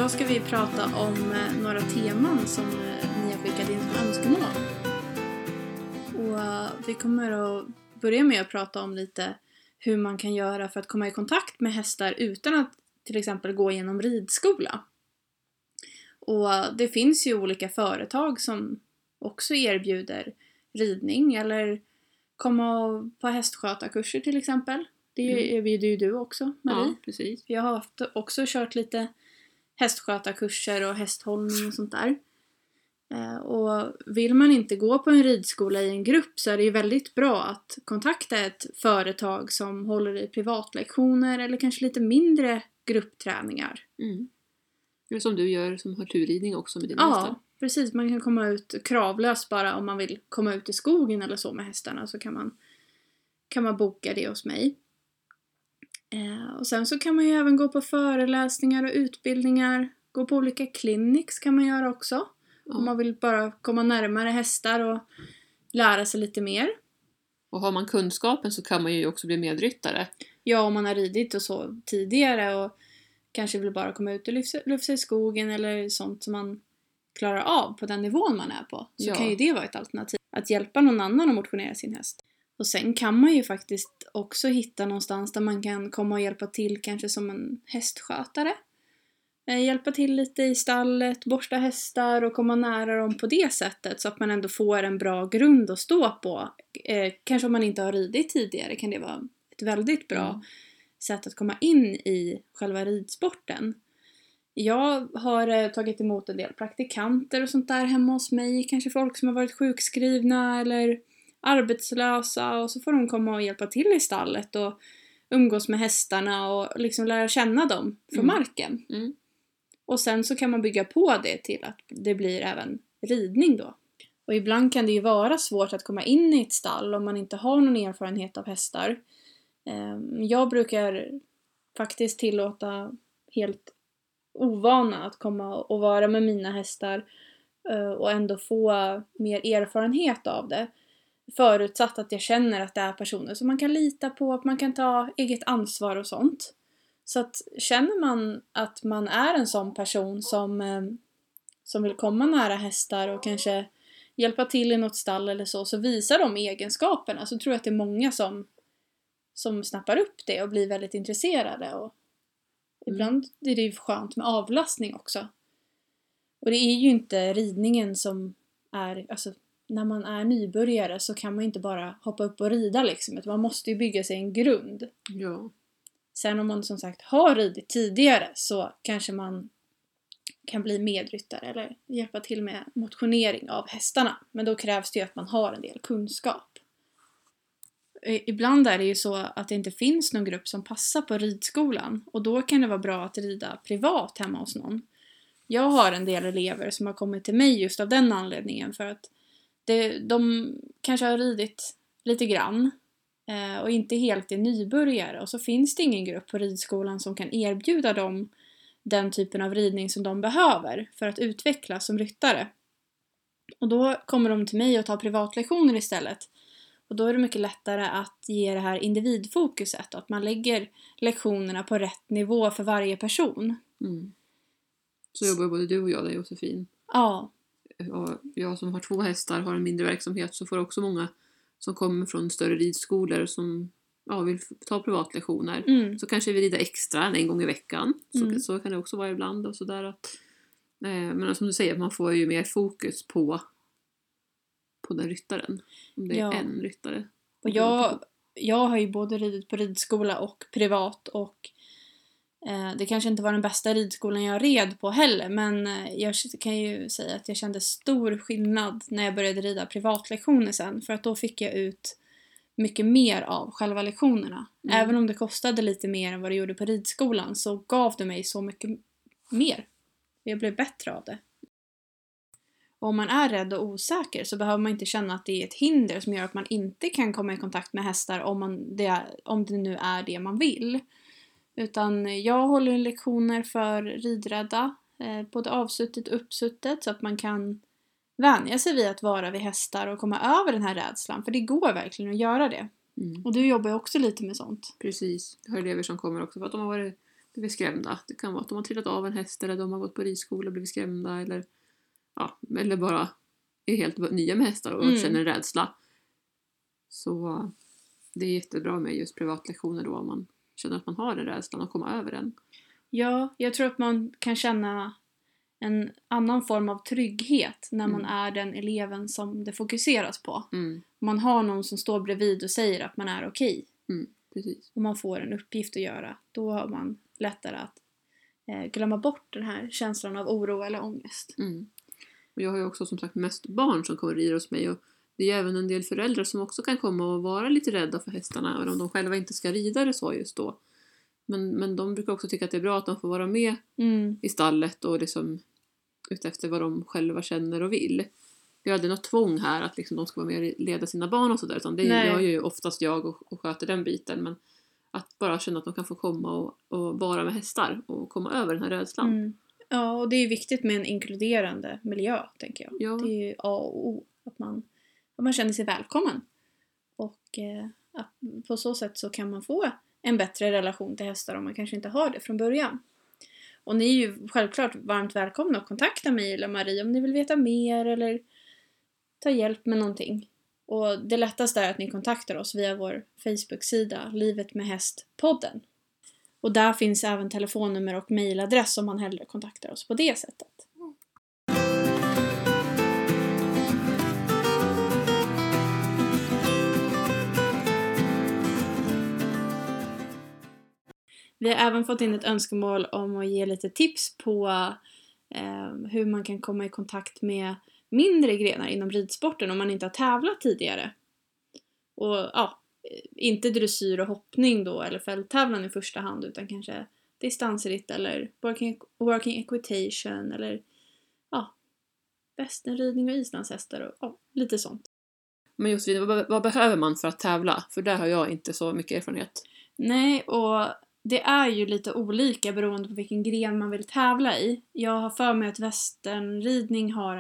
Idag ska vi prata om några teman som ni har skickat in som önskemål. Och vi kommer att börja med att prata om lite hur man kan göra för att komma i kontakt med hästar utan att till exempel gå igenom ridskola. Och det finns ju olika företag som också erbjuder ridning eller komma på hästskötarkurser till exempel. Det erbjuder ju du också, Marie. Ja, precis. Jag har också kört lite hästskötarkurser och hästhållning och sånt där. Och vill man inte gå på en ridskola i en grupp så är det ju väldigt bra att kontakta ett företag som håller i privatlektioner eller kanske lite mindre gruppträningar. Mm. Eller som du gör som har turridning också med dina hästar. Ja, precis. Man kan komma ut kravlöst bara om man vill komma ut i skogen eller så med hästarna, så kan man boka det hos mig. Och sen så kan man ju även gå på föreläsningar och utbildningar. Gå på olika clinics kan man göra också. Ja. Om man vill bara komma närmare hästar och lära sig lite mer. Och har man kunskapen så kan man ju också bli medryttare. Ja, om man har ridit och så tidigare och kanske vill bara komma ut och lufsa i skogen eller sånt som man klarar av på den nivån man är på. Så kan ju det vara ett alternativ. Att hjälpa någon annan att motionera sin häst. Och sen kan man ju faktiskt också hitta någonstans där man kan komma och hjälpa till kanske som en hästskötare. Hjälpa till lite i stallet, borsta hästar och komma nära dem på det sättet så att man ändå får en bra grund att stå på. Kanske om man inte har ridit tidigare kan det vara ett väldigt bra sätt att komma in i själva ridsporten. Jag har tagit emot en del praktikanter och sånt där hemma hos mig. Kanske folk som har varit sjukskrivna eller arbetslösa, och så får de komma och hjälpa till i stallet och umgås med hästarna och liksom lära känna dem från marken. Mm. Och sen så kan man bygga på det till att det blir även ridning då. Och ibland kan det ju vara svårt att komma in i ett stall om man inte har någon erfarenhet av hästar. Jag brukar faktiskt tillåta helt ovana att komma och vara med mina hästar och ändå få mer erfarenhet av det. Förutsatt att jag känner att det är personer som man kan lita på, att man kan ta eget ansvar och sånt. Så att känner man att man är en sån person som vill komma nära hästar och kanske hjälpa till i något stall eller så visar de egenskaperna, så tror jag att det är många som snappar upp det och blir väldigt intresserade. Och ibland är det ju skönt med avlastning också. Och det är ju inte ridningen som är, alltså när man är nybörjare så kan man inte bara hoppa upp och rida liksom. Man måste ju bygga sig en grund. Ja. Sen om man som sagt har ridit tidigare så kanske man kan bli medryttare eller hjälpa till med motionering av hästarna. Men då krävs det ju att man har en del kunskap. Ibland är det ju så att det inte finns någon grupp som passar på ridskolan. Och då kan det vara bra att rida privat hemma hos någon. Jag har en del elever som har kommit till mig just av den anledningen. För att de kanske har ridit lite grann och inte helt är nybörjare. Och så finns det ingen grupp på ridskolan som kan erbjuda dem den typen av ridning som de behöver för att utvecklas som ryttare. Och då kommer de till mig och tar privatlektioner istället. Och då är det mycket lättare att ge det här individfokuset och att man lägger lektionerna på rätt nivå för varje person. Mm. Så jobbar både du och jag där, Josefin. Ja. Och jag som har 2 hästar har en mindre verksamhet, så får också många som kommer från större ridskolor som vill ta privatlektioner. Så kanske vi rider extra en gång i veckan. Så kan det också vara ibland. Och sådär att, men som du säger, man får ju mer fokus på den ryttaren. Om det är en ryttare. Och jag har ju både ridit på ridskola och privat, och det kanske inte var den bästa ridskolan jag red på heller, men jag kan ju säga att jag kände stor skillnad när jag började rida privatlektioner sen, för att då fick jag ut mycket mer av själva lektionerna. Även om det kostade lite mer än vad det gjorde på ridskolan, så gav det mig så mycket mer. Jag blev bättre av det. Och om man är rädd och osäker så behöver man inte känna att det är ett hinder som gör att man inte kan komma i kontakt med hästar om det nu är det man vill. Utan jag håller lektioner för ridrädda, både avsuttet och uppsuttet, så att man kan vänja sig vid att vara vid hästar och komma över den här rädslan. För det går verkligen att göra det. Och du jobbar ju också lite med sånt. Precis. Jag har elever som kommer också för att de har varit blivit skrämda. Det kan vara att de har trillat av en häst eller de har gått på ridskola och blivit skrämda eller bara är helt nya med hästar och känner en rädsla. Så det är jättebra med just privatlektioner då om man känner att man har en rädsla och komma över den. Ja, jag tror att man kan känna en annan form av trygghet när man är den eleven som det fokuseras på. Man har någon som står bredvid och säger att man är okej. Precis. Och man får en uppgift att göra. Då har man lättare att glömma bort den här känslan av oro eller ångest. Och jag har ju också som sagt mest barn som kommer rida hos mig. Och det är även en del föräldrar som också kan komma och vara lite rädda för hästarna. Även om de själva inte ska rida det så just då. Men de brukar också tycka att det är bra att de får vara med i stallet och liksom utefter vad de själva känner och vill. Vi hade något tvång här att liksom de ska vara med och leda sina barn och sådär. Utan det gör ju oftast jag och sköter den biten. Men att bara känna att de kan få komma och vara med hästar och komma över den här rädslan. Ja, och det är viktigt med en inkluderande miljö, tänker jag. Ja. Det är ju A och O, att man känner sig välkommen. Och att på så sätt så kan man få en bättre relation till hästar om man kanske inte har det från början. Och ni är ju självklart varmt välkomna att kontakta mig eller Marie om ni vill veta mer eller ta hjälp med någonting. Och det lättaste är att ni kontaktar oss via vår Facebook-sida Livet med häst-podden. Och där finns även telefonnummer och mejladress om man hellre kontaktar oss på det sättet. Vi har även fått in ett önskemål om att ge lite tips på hur man kan komma i kontakt med mindre grenar inom ridsporten om man inte har tävlat tidigare. Och inte dressyr och hoppning då eller fälttävlan i första hand utan kanske distansritt eller working equitation eller västernridning och islandshästar och lite sånt. Men Josefin, vad behöver man för att tävla? För där har jag inte så mycket erfarenhet. Nej, och det är ju lite olika beroende på vilken gren man vill tävla i. Jag har för mig att västernridning har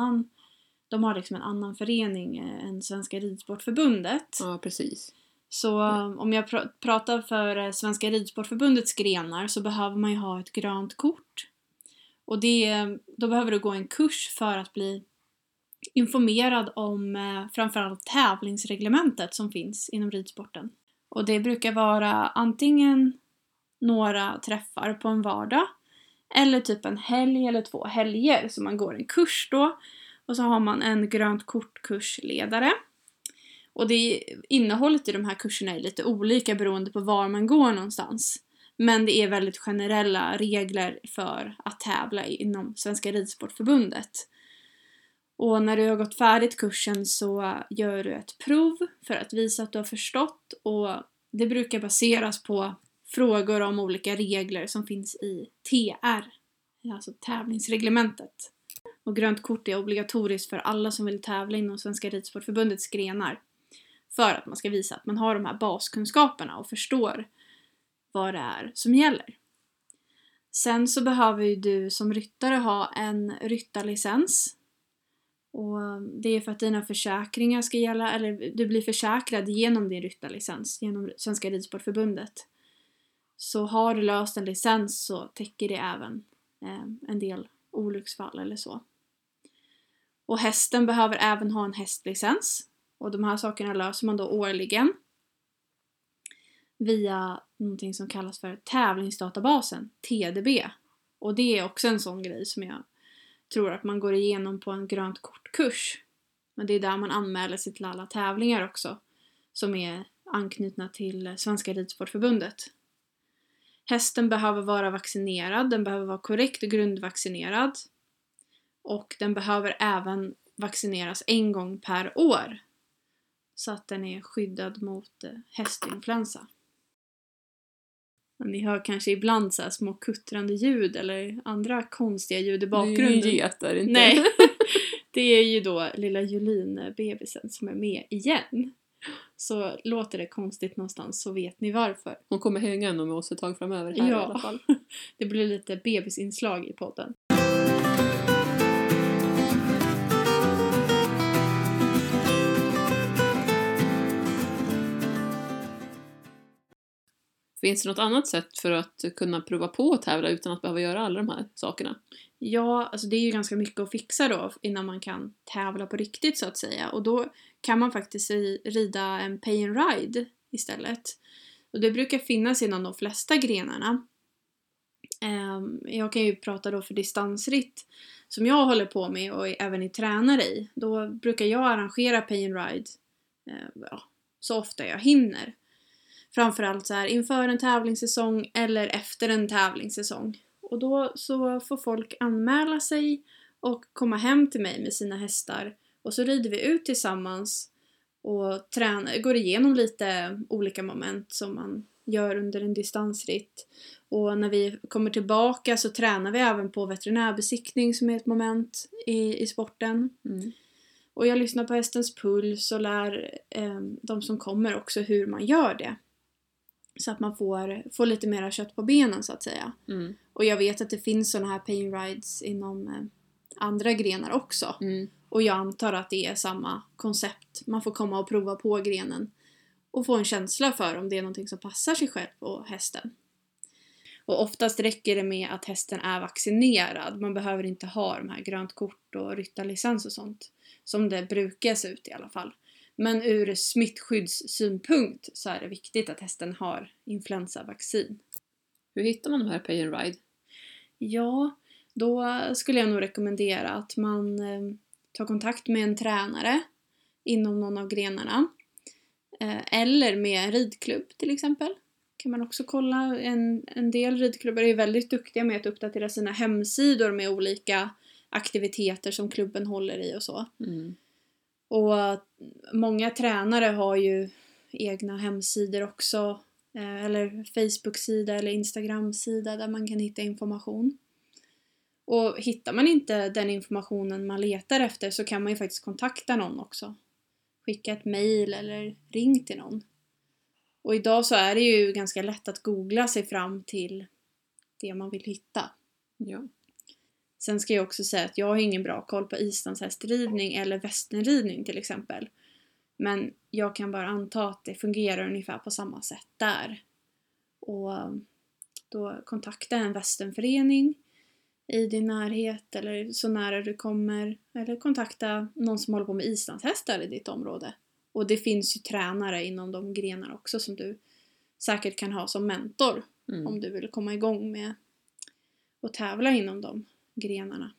de har liksom en annan förening än Svenska Ridsportförbundet. Ja, precis. Så om jag pratar för Svenska Ridsportförbundets grenar så behöver man ju ha ett grönt kort. Och då behöver du gå en kurs för att bli informerad om framförallt tävlingsreglementet som finns inom ridsporten. Och det brukar vara antingen några träffar på en vardag eller typ en helg eller 2 helger så man går en kurs då. Och så har man en grönt kortkursledare. Och innehållet i de här kurserna är lite olika beroende på var man går någonstans. Men det är väldigt generella regler för att tävla inom Svenska Ridsportförbundet. Och när du har gått färdigt kursen så gör du ett prov för att visa att du har förstått. Och det brukar baseras på frågor om olika regler som finns i TR. Alltså tävlingsreglementet. Och grönt kort är obligatoriskt för alla som vill tävla inom Svenska Ridsportförbundets grenar. För att man ska visa att man har de här baskunskaperna och förstår vad det är som gäller. Sen så behöver ju du som ryttare ha en ryttarlicens. Och det är för att dina försäkringar ska gälla, eller du blir försäkrad genom din ryttarlicens, genom Svenska Ridsportförbundet. Så har du löst en licens så täcker det även en del olycksfall eller så. Och hästen behöver även ha en hästlicens. Och de här sakerna löser man då årligen via någonting som kallas för tävlingsdatabasen, TDB. Och det är också en sån grej som jag tror att man går igenom på en grönt kortkurs. Men det är där man anmäler sig till alla tävlingar också som är anknutna till Svenska Ridsportförbundet. Hästen behöver vara vaccinerad, den behöver vara korrekt grundvaccinerad och den behöver även vaccineras 1 gång per år så att den är skyddad mot hästinfluensa. Men ni hör kanske ibland så här små kuttrande ljud eller andra konstiga ljud i bakgrunden. Det är ju getar, inte? Nej, det är ju då lilla Julin-bebisen som är med igen. Så låter det konstigt någonstans så vet ni varför. Hon kommer hänga ändå med oss ett tag framöver här i alla fall. Det blir lite bebisinslag i podden. Finns det något annat sätt för att kunna prova på att tävla utan att behöva göra alla de här sakerna? Ja, alltså det är ju ganska mycket att fixa då innan man kan tävla på riktigt så att säga. Och då kan man faktiskt rida en pay and ride istället. Och det brukar finnas inom de flesta grenarna. Jag kan ju prata då för distansritt som jag håller på med och även är tränare i. Då brukar jag arrangera pay and ride så ofta jag hinner. Framförallt så här inför en tävlingssäsong eller efter en tävlingssäsong. Och då så får folk anmäla sig och komma hem till mig med sina hästar. Och så rider vi ut tillsammans och går igenom lite olika moment som man gör under en distansritt. Och när vi kommer tillbaka så tränar vi även på veterinärbesiktning som är ett moment i sporten. Mm. Och jag lyssnar på hästens puls och lär de som kommer också hur man gör det. Så att man får lite mera kött på benen så att säga. Mm. Och jag vet att det finns sådana här pay and rides inom andra grenar också. Mm. Och jag antar att det är samma koncept. Man får komma och prova på grenen. Och få en känsla för om det är någonting som passar sig själv på hästen. Och oftast räcker det med att hästen är vaccinerad. Man behöver inte ha de här grönt kort och ryttarlicens och sånt. Som det brukar se ut i alla fall. Men ur smittskyddssynpunkt så är det viktigt att hästen har influensavaccin. Hur hittar man de här pay and ride? Ja, då skulle jag nog rekommendera att man tar kontakt med en tränare inom någon av grenarna. Eller med en ridklubb till exempel. Kan man också kolla. En del ridklubbar är väldigt duktiga med att uppdatera sina hemsidor med olika aktiviteter som klubben håller i och så. Mm. Och många tränare har ju egna hemsidor också. Eller Facebook-sida eller Instagram-sida där man kan hitta information. Och hittar man inte den informationen man letar efter så kan man ju faktiskt kontakta någon också. Skicka ett mejl eller ring till någon. Och idag så är det ju ganska lätt att googla sig fram till det man vill hitta. Ja. Sen ska jag också säga att jag har ingen bra koll på islandshästridning eller västernridning till exempel. Men jag kan bara anta att det fungerar ungefär på samma sätt där. Och då kontakta en västernförening i din närhet eller så nära du kommer. Eller kontakta någon som håller på med islandshästar i ditt område. Och det finns ju tränare inom de grenar också som du säkert kan ha som mentor. Om du vill komma igång med att tävla inom de grenarna.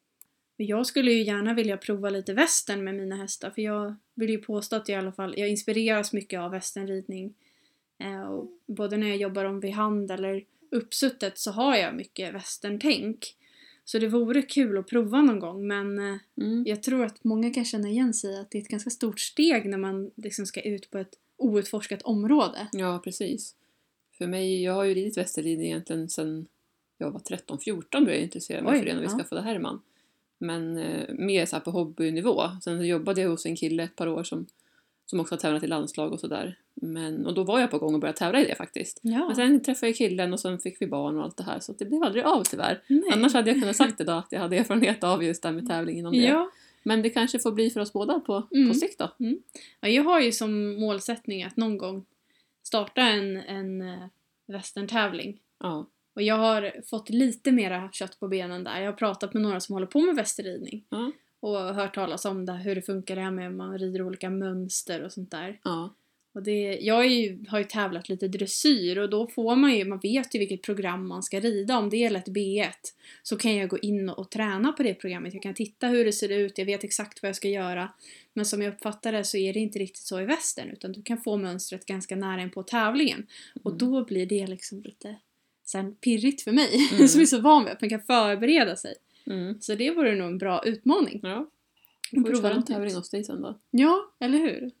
Jag skulle ju gärna vilja prova lite västern med mina hästar. För jag vill ju påstå att jag inspireras mycket av västernridning. Och både när jag jobbar om vid hand eller uppsuttet så har jag mycket västerntänk. Så det vore kul att prova någon gång. Men jag tror att många kan känna igen sig att det är ett ganska stort steg när man liksom ska ut på ett outforskat område. Ja, precis. För mig, jag har ju ridit västerridning egentligen sedan jag var 13-14 började jag intressera mig för det när vi skaffade Herman. Men mer så här på hobbynivå. Sen jobbade jag hos en kille ett par år som också har tävlat i landslag och sådär. Och då var jag på gång och började tävla i det faktiskt. Ja. Men sen träffade jag killen och sen fick vi barn och allt det här. Så det blev aldrig av tyvärr. Nej. Annars hade jag kunnat sagt idag att jag hade erfarenhet av just det med tävling inom det. Ja. Men det kanske får bli för oss båda på sikt då. Mm. Ja, jag har ju som målsättning att någon gång starta en västerntävling. Ja. Och jag har fått lite mera kött på benen där. Jag har pratat med några som håller på med västerridning. Ja. Och hört talas om det, hur det funkar det här med att man rider olika mönster och sånt där. Ja. Och jag har ju tävlat lite dressyr och då får man vet ju vilket program man ska rida. Om det är lätt B1 så kan jag gå in och träna på det programmet. Jag kan titta hur det ser ut, jag vet exakt vad jag ska göra. Men som jag uppfattar det så är det inte riktigt så i västern utan du kan få mönstret ganska nära in på tävlingen. Och då blir det liksom lite sen pirrigt för mig som är så van vid att man kan förbereda sig. Så det vore nog en bra utmaning. Ja. Och prova en tävling hos dig sen då. Ja, eller hur?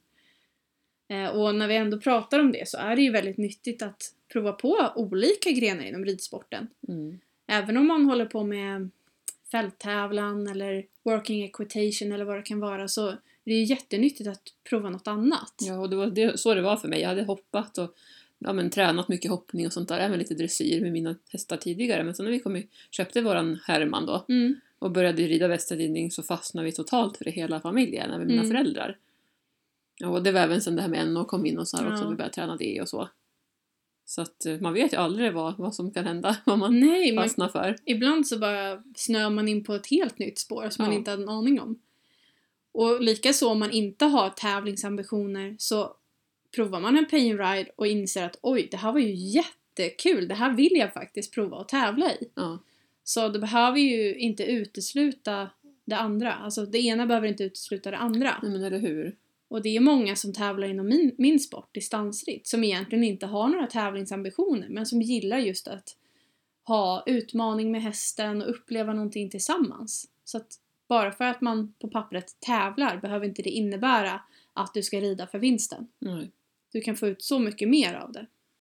Och när vi ändå pratar om det så är det ju väldigt nyttigt att prova på olika grenar inom ridsporten. Även om man håller på med fälttävlan eller working equitation eller vad det kan vara så är det ju jättenyttigt att prova något annat. Ja, och det var så det var för mig. Jag hade hoppat och tränat mycket hoppning och sånt där. Även lite dressyr med mina hästar tidigare. Men så när vi köpte våran Herman då och började rida västerridning så fastnade vi totalt för det hela familjen med mina föräldrar. Och det var även sen det här med NO kom in och så här också. Vi började träna det och så. Så att man vet ju aldrig vad som kan hända, vad man fastnar för. Ibland så bara snör man in på ett helt nytt spår som man inte hade en aning om. Och likaså om man inte har tävlingsambitioner så provar man en pay and ride och inser att oj, det här var ju jättekul, det här vill jag faktiskt prova att tävla i. Ja. Så det behöver ju inte utesluta det andra. Alltså det ena behöver inte utesluta det andra. Nej, men eller hur? Och det är många som tävlar inom min sport, distansritt, som egentligen inte har några tävlingsambitioner men som gillar just att ha utmaning med hästen och uppleva någonting tillsammans. Så att bara för att man på pappret tävlar behöver inte det innebära att du ska rida för vinsten. Nej. Du kan få ut så mycket mer av det.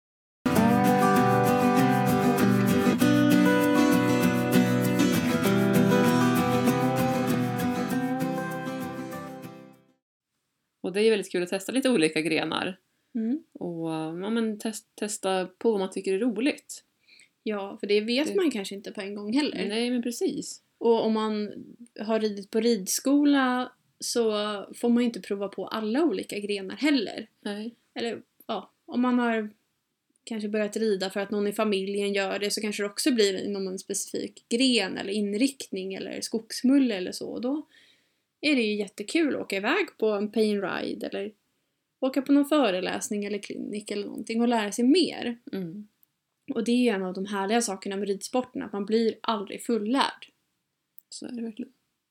Och det är väldigt kul att testa lite olika grenar. Mm. Och testa på vad man tycker är roligt. Ja, för det vet man kanske inte på en gång heller. Nej, men precis. Och om man har ridit på ridskola så får man inte prova på alla olika grenar heller. Nej. Eller ja, om man har kanske börjat rida för att någon i familjen gör det så kanske det också blir inom en specifik gren eller inriktning eller skogsmulle eller så. Och då är det ju jättekul att åka iväg på en pay and ride eller åka på någon föreläsning eller klinik eller någonting och lära sig mer. Mm. Och det är ju en av de härliga sakerna med ridsporten, att man blir aldrig fullärd. Så är det verkligen.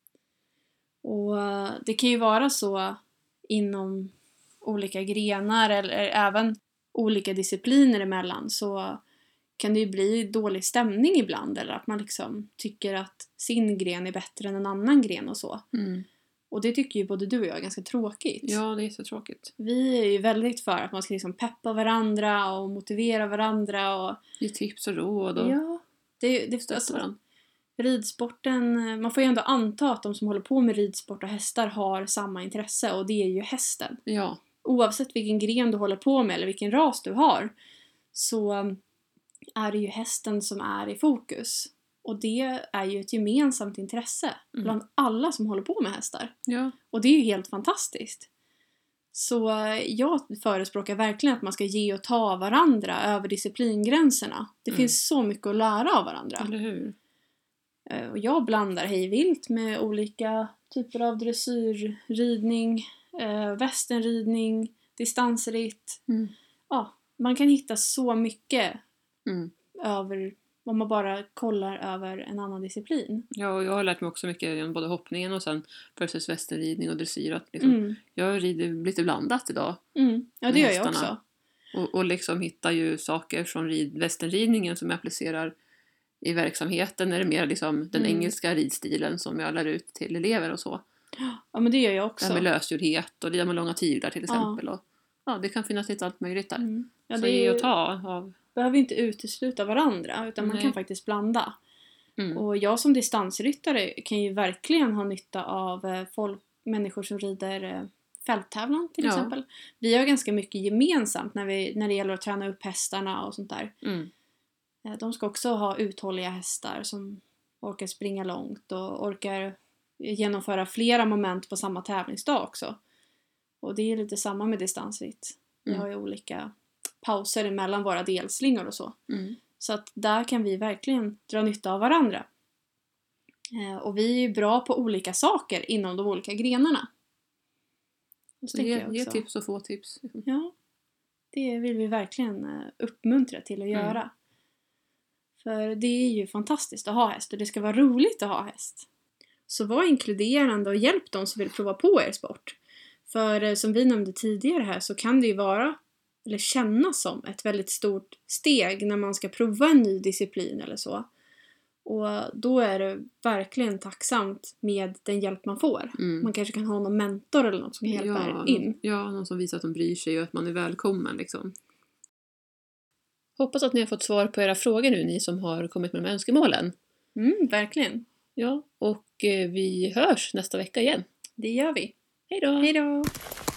Och det kan ju vara så inom olika grenar eller även olika discipliner emellan så kan det ju bli dålig stämning ibland eller att man liksom tycker att sin gren är bättre än en annan gren och så. Mm. Och det tycker ju både du och jag är ganska tråkigt. Ja, det är så tråkigt. Vi är ju väldigt för att man ska liksom peppa varandra och motivera varandra och ge tips och råd och ja, det stöter varandra. Ridsporten, man får ju ändå anta att de som håller på med ridsport och hästar har samma intresse och det är ju hästen. Ja. Oavsett vilken gren du håller på med eller vilken ras du har så är det ju hästen som är i fokus. Och det är ju ett gemensamt intresse bland alla som håller på med hästar. Ja. Och det är ju helt fantastiskt. Så jag förespråkar verkligen att man ska ge och ta varandra över disciplingränserna. Det finns så mycket att lära av varandra. Eller hur? Och jag blandar hejvilt med olika typer av dressyrridning, västernridning, distansritt. Mm. Ja, man kan hitta så mycket över om man bara kollar över en annan disciplin. Ja, och jag har lärt mig också mycket genom både hoppningen och sen versus västernridning och dressyr. Att liksom, jag rider lite blandat idag. Ja, det gör jag också. Och liksom hittar ju saker från västernridningen som jag applicerar i verksamheten. Är det mer liksom den engelska ridstilen som jag lär ut till elever och så. Ja, men det gör jag också. Det här med lösgjordhet och rida med långa tyglar till exempel. Och, ja, det kan finnas lite allt möjligt där. Ja, så det ge och ta av... behöver inte utesluta varandra utan man kan faktiskt blanda. Och jag som distansryttare kan ju verkligen ha nytta av människor som rider fälttävlan till exempel. Vi har ganska mycket gemensamt när det gäller att träna upp hästarna och sånt där. De ska också ha uthålliga hästar som orkar springa långt och orkar genomföra flera moment på samma tävlingsdag också. Och det är lite samma med distansritt. Vi har ju olika pauser emellan våra delslingor och så. Så att där kan vi verkligen dra nytta av varandra. Och vi är ju bra på olika saker inom de olika grenarna. Så ge tips och få tips. Ja, det vill vi verkligen uppmuntra till att göra. För det är ju fantastiskt att ha häst och det ska vara roligt att ha häst. Så var inkluderande och hjälp dem som vill prova på er sport. För som vi nämnde tidigare här så kan det ju vara eller kännas som ett väldigt stort steg när man ska prova en ny disciplin eller så. Och då är det verkligen tacksamt med den hjälp man får. Man kanske kan ha någon mentor eller något som kan hjälpa er in. Ja, någon som visar att de bryr sig och att man är välkommen liksom. Hoppas att ni har fått svar på era frågor nu, ni som har kommit med de önskemålen. Verkligen. Ja, och vi hörs nästa vecka igen. Det gör vi. Hej då! Hej då!